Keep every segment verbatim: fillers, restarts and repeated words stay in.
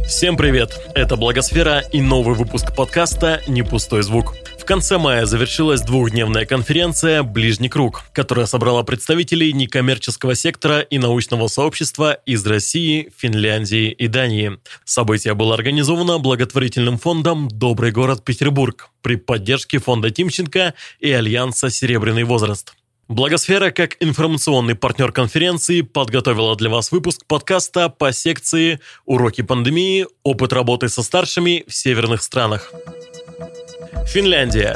Всем привет! Это Благосфера и новый выпуск подкаста «Не пустой звук». В конце мая завершилась двухдневная конференция «Ближний круг», которая собрала представителей некоммерческого сектора и научного сообщества из России, Финляндии и Дании. Событие было организовано благотворительным фондом «Добрый город Петербург» при поддержке фонда Тимченко и Альянса «Серебряный возраст». Благосфера, как информационный партнер конференции, подготовила для вас выпуск подкаста по секции «Уроки пандемии. Опыт работы со старшими в северных странах». Финляндия.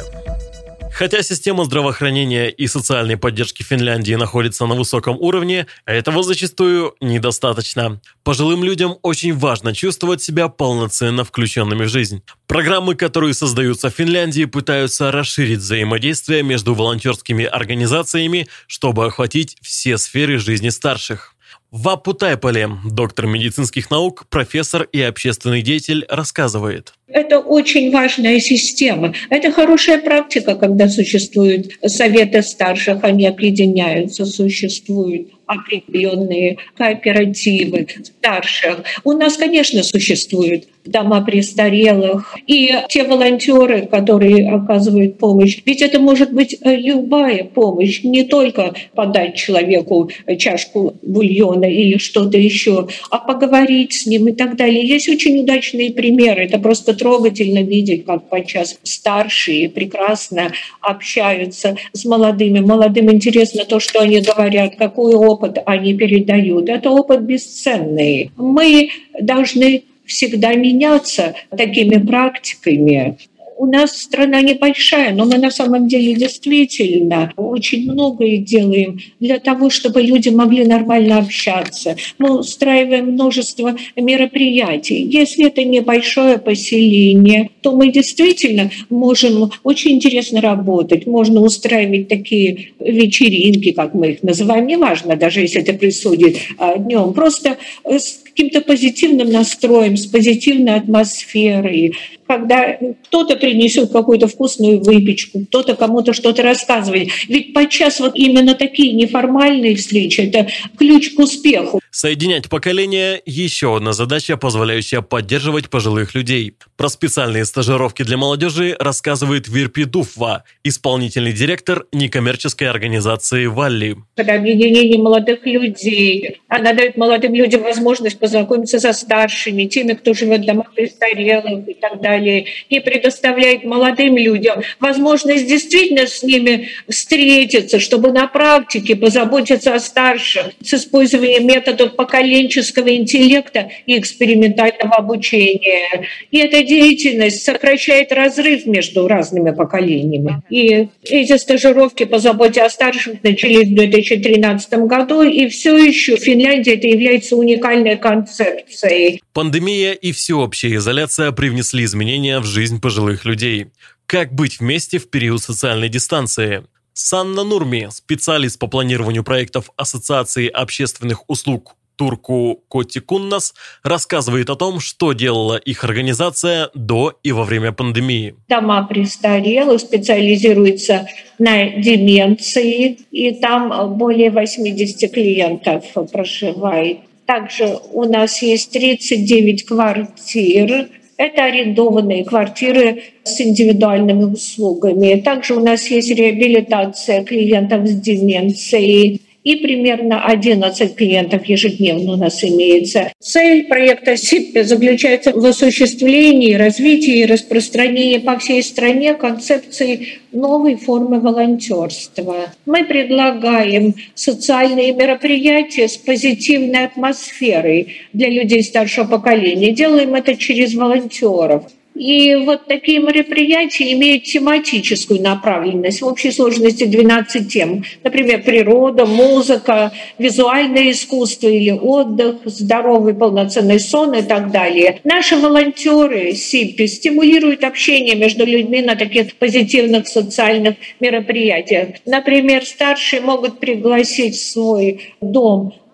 Хотя система здравоохранения и социальной поддержки Финляндии находится на высоком уровне, этого зачастую недостаточно. Пожилым людям очень важно чувствовать себя полноценно включенными в жизнь. Программы, которые создаются в Финляндии, пытаются расширить взаимодействие между волонтерскими организациями, чтобы охватить все сферы жизни старших. Вапу Тайпале, доктор медицинских наук, профессор и общественный деятель, рассказывает. Это очень важная система. Это хорошая практика, когда существуют советы старших, они объединяются, существуют определенные кооперативы старших. У нас, конечно, существуют дома престарелых и те волонтеры, которые оказывают помощь. Ведь это может быть любая помощь, не только подать человеку чашку бульона или что-то еще, а поговорить с ним и так далее. Есть очень удачные примеры. Это просто трогательно видеть, как подчас старшие прекрасно общаются с молодыми. Молодым интересно то, что они говорят, какой опыт они передают. Это опыт бесценный. Мы должны всегда меняться такими практиками. У нас страна небольшая, но мы на самом деле действительно очень многое делаем для того, чтобы люди могли нормально общаться. Мы устраиваем множество мероприятий. Если это небольшое поселение, то мы действительно можем очень интересно работать. Можно устраивать такие вечеринки, как мы их называем, неважно, даже если это происходит днем, просто с каким-то позитивным настроем, с позитивной атмосферой, когда кто-то принесет какую-то вкусную выпечку, кто-то кому-то что-то рассказывает. Ведь подчас вот именно такие неформальные встречи – это ключ к успеху. Соединять поколения – еще одна задача, позволяющая поддерживать пожилых людей. Про специальные стажировки для молодежи рассказывает Вирпи Дуфва, исполнительный директор некоммерческой организации «Валли». Когда объединение молодых людей, она дает молодым людям возможность познакомиться со старшими, теми, кто живет в домах престарелых и так далее, и предоставляет молодым людям возможность действительно с ними встретиться, чтобы на практике позаботиться о старших с использованием методов поколенческого интеллекта и экспериментального обучения. И эта деятельность сокращает разрыв между разными поколениями. И эти стажировки по заботе о старших начались в две тысячи тринадцатом году, и все еще в Финляндии это является уникальной концепцией. Пандемия и всеобщая изоляция привнесли изменения в жизнь пожилых людей. Как быть вместе в период социальной дистанции? Санна Нурми, специалист по планированию проектов Ассоциации общественных услуг Турку Котикуннас, рассказывает о том, что делала их организация до и во время пандемии. Дома престарелых специализируются на деменции, и там более восемьдесят клиентов проживает. Также у нас есть тридцать девять квартир. Это арендованные квартиры с индивидуальными услугами. Также у нас есть реабилитация клиентов с деменцией. И примерно одиннадцать клиентов ежедневно у нас имеется. Цель проекта СИППИ заключается в осуществлении, развитии и распространении по всей стране концепции новой формы волонтерства. Мы предлагаем социальные мероприятия с позитивной атмосферой для людей старшего поколения. Делаем это через волонтеров. И вот такие мероприятия имеют тематическую направленность. В общей сложности двенадцать тем. Например, природа, музыка, визуальное искусство или отдых, здоровый полноценный сон и так далее. Наши волонтеры СИППИ стимулируют общение между людьми на таких позитивных социальных мероприятиях. Например, старшие могут пригласить в свой дом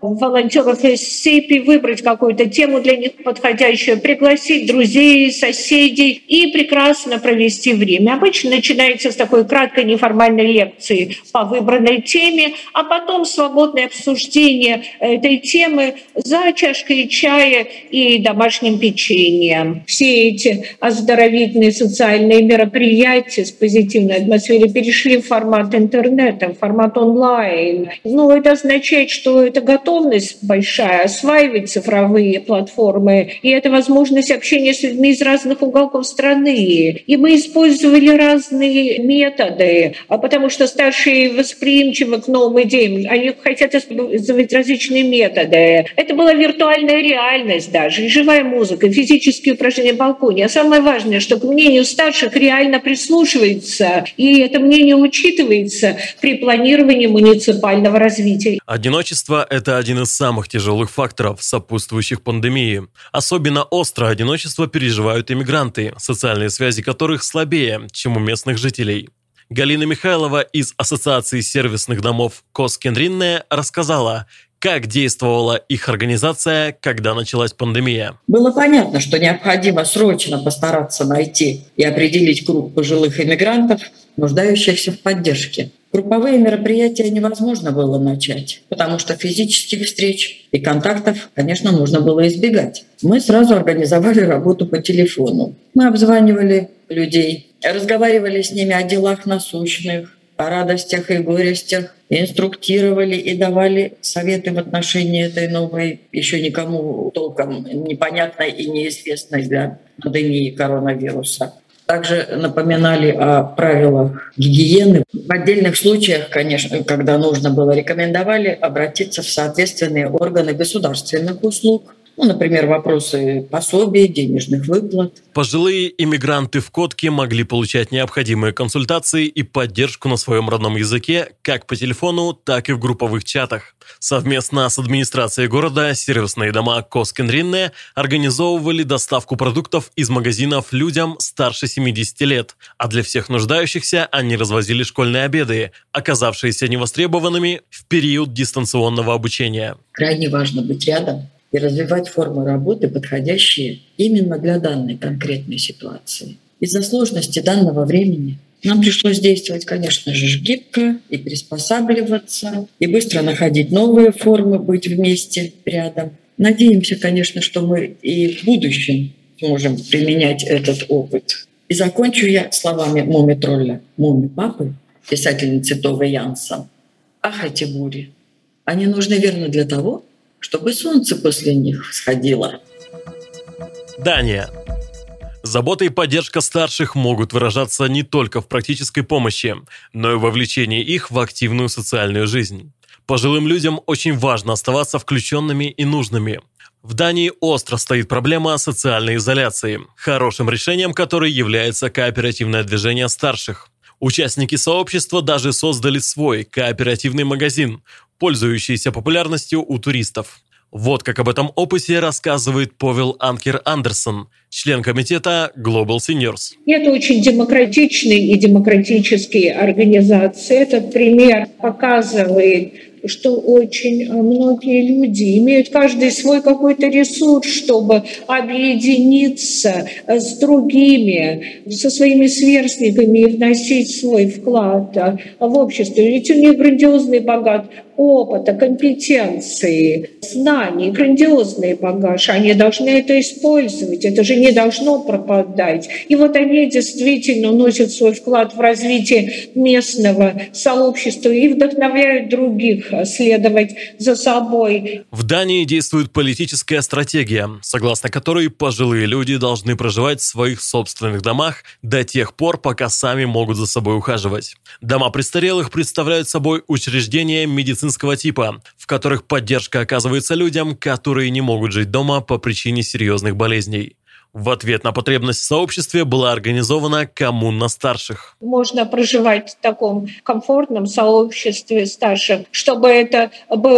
волонтеров из сети, выбрать какую-то тему для них подходящую, пригласить друзей, соседей и прекрасно провести время. Обычно начинается с такой краткой неформальной лекции по выбранной теме, а потом свободное обсуждение этой темы за чашкой чая и домашним печеньем. Все эти оздоровительные социальные мероприятия с позитивной атмосферой перешли в формат интернета, в формат онлайн. Ну, это означает, что это готовность большая осваивать цифровые платформы, и это возможность общения с людьми из разных уголков страны. И мы использовали разные методы, потому что старшие восприимчивы к новым идеям, они хотят использовать различные методы. Это была виртуальная реальность даже, и живая музыка, и физические упражнения на балконе. А самое важное, что к мнению старших реально прислушивается, и это мнение учитывается при планировании муниципального развития. Одиночество – это один из самых тяжелых факторов, сопутствующих пандемии. Особенно остро одиночество переживают иммигранты, социальные связи которых слабее, чем у местных жителей. Галина Михайлова из Ассоциации сервисных домов Коскинринне рассказала, как действовала их организация, когда началась пандемия. Было понятно, что необходимо срочно постараться найти и определить круг пожилых иммигрантов, нуждающихся в поддержке. Групповые мероприятия невозможно было начать, потому что физических встреч и контактов, конечно, нужно было избегать. Мы сразу организовали работу по телефону. Мы обзванивали людей, разговаривали с ними о делах насущных, о радостях и горестях, инструктировали и давали советы в отношении этой новой, еще никому толком непонятной и неизвестной для пандемии коронавируса. Также напоминали о правилах гигиены. В отдельных случаях, конечно, когда нужно было, рекомендовали обратиться в соответственные органы государственных услуг. Ну, например, вопросы пособий, денежных выплат. Пожилые иммигранты в Котке могли получать необходимые консультации и поддержку на своем родном языке как по телефону, так и в групповых чатах. Совместно с администрацией города сервисные дома Коскинринне организовывали доставку продуктов из магазинов людям старше семидесяти лет, а для всех нуждающихся они развозили школьные обеды, оказавшиеся невостребованными в период дистанционного обучения. Крайне важно быть рядом и развивать формы работы, подходящие именно для данной конкретной ситуации. Из-за сложности данного времени нам пришлось действовать, конечно же, гибко и приспосабливаться, и быстро находить новые формы, быть вместе, рядом. Надеемся, конечно, что мы и в будущем сможем применять этот опыт. И закончу я словами Муми-тролля, Муми-папы, писательницы Тове Янсон. Ах, эти бури! Они нужны верно для того, чтобы солнце после них всходило. Дания. Забота и поддержка старших могут выражаться не только в практической помощи, но и во вовлечении их в активную социальную жизнь. Пожилым людям очень важно оставаться включенными и нужными. В Дании остро стоит проблема социальной изоляции, хорошим решением которой является кооперативное движение старших. Участники сообщества даже создали свой кооперативный магазин, пользующийся популярностью у туристов. Вот как об этом опыте рассказывает Повел Анкер Андерсон, член комитета Global Seniors. Это очень демократичные и демократические организации. Этот пример показывает, что очень многие люди имеют каждый свой какой-то ресурс, чтобы объединиться с другими, со своими сверстниками и вносить свой вклад в общество. Ведь у них грандиозный багаж опыта, компетенции, знаний, грандиозный багаж. Они должны это использовать, это же не должно пропадать. И вот они действительно вносят свой вклад в развитие местного сообщества и вдохновляют других следовать за собой. В Дании действует политическая стратегия, согласно которой пожилые люди должны проживать в своих собственных домах до тех пор, пока сами могут за собой ухаживать. Дома престарелых представляют собой учреждения медицинского типа, в которых поддержка оказывается людям, которые не могут жить дома по причине серьезных болезней. В ответ на потребность в сообществе была организована коммуна старших. Можно проживать в таком комфортном сообществе старших, чтобы это был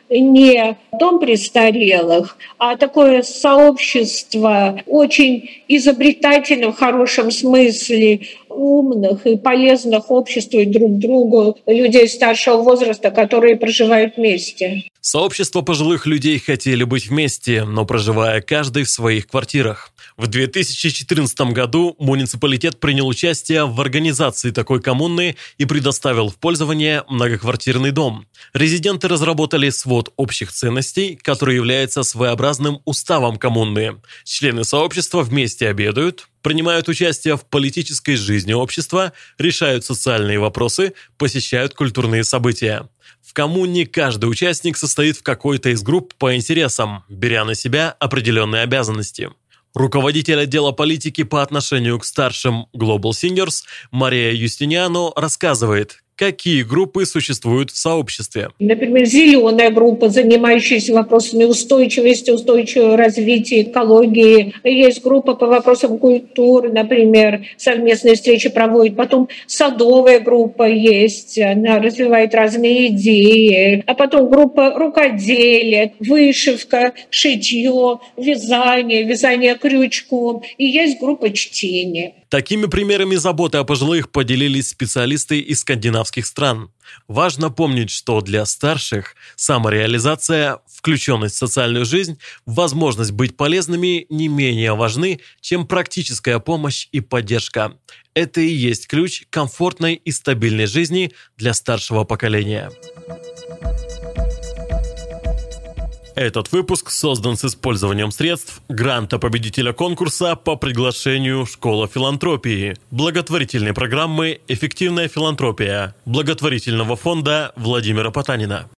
не дом престарелых, а такое сообщество очень изобретательных, в хорошем смысле, умных и полезных обществу и друг другу людей старшего возраста, которые проживают вместе. Сообщество пожилых людей хотели быть вместе, но проживая каждый в своих квартирах. В две тысячи четырнадцатом году муниципалитет принял участие в организации такой коммуны и предоставил в пользование многоквартирный дом. Резиденты разработали свод общих ценностей, который является своеобразным уставом коммуны. Члены сообщества вместе обедают, принимают участие в политической жизни общества, решают социальные вопросы, посещают культурные события. В коммуне каждый участник состоит в какой-то из групп по интересам, беря на себя определенные обязанности. Руководитель отдела политики по отношению к старшим Global Seniors Мария Юстиниано рассказывает, какие группы существуют в сообществе. Например, зеленая группа, занимающаяся вопросами устойчивости, устойчивого развития, экологии. Есть группа по вопросам культуры, например, совместные встречи проводит. Потом садовая группа есть, она развивает разные идеи. А потом группа рукоделия, вышивка, шитье, вязание, вязание крючком. И есть группа чтения. Такими примерами заботы о пожилых поделились специалисты из скандинавских стран. Важно помнить, что для старших самореализация, включенность в социальную жизнь, возможность быть полезными не менее важны, чем практическая помощь и поддержка. Это и есть ключ к комфортной и стабильной жизни для старшего поколения. Этот выпуск создан с использованием средств гранта победителя конкурса по приглашению «Школа филантропии», благотворительной программы «Эффективная филантропия», благотворительного фонда Владимира Потанина.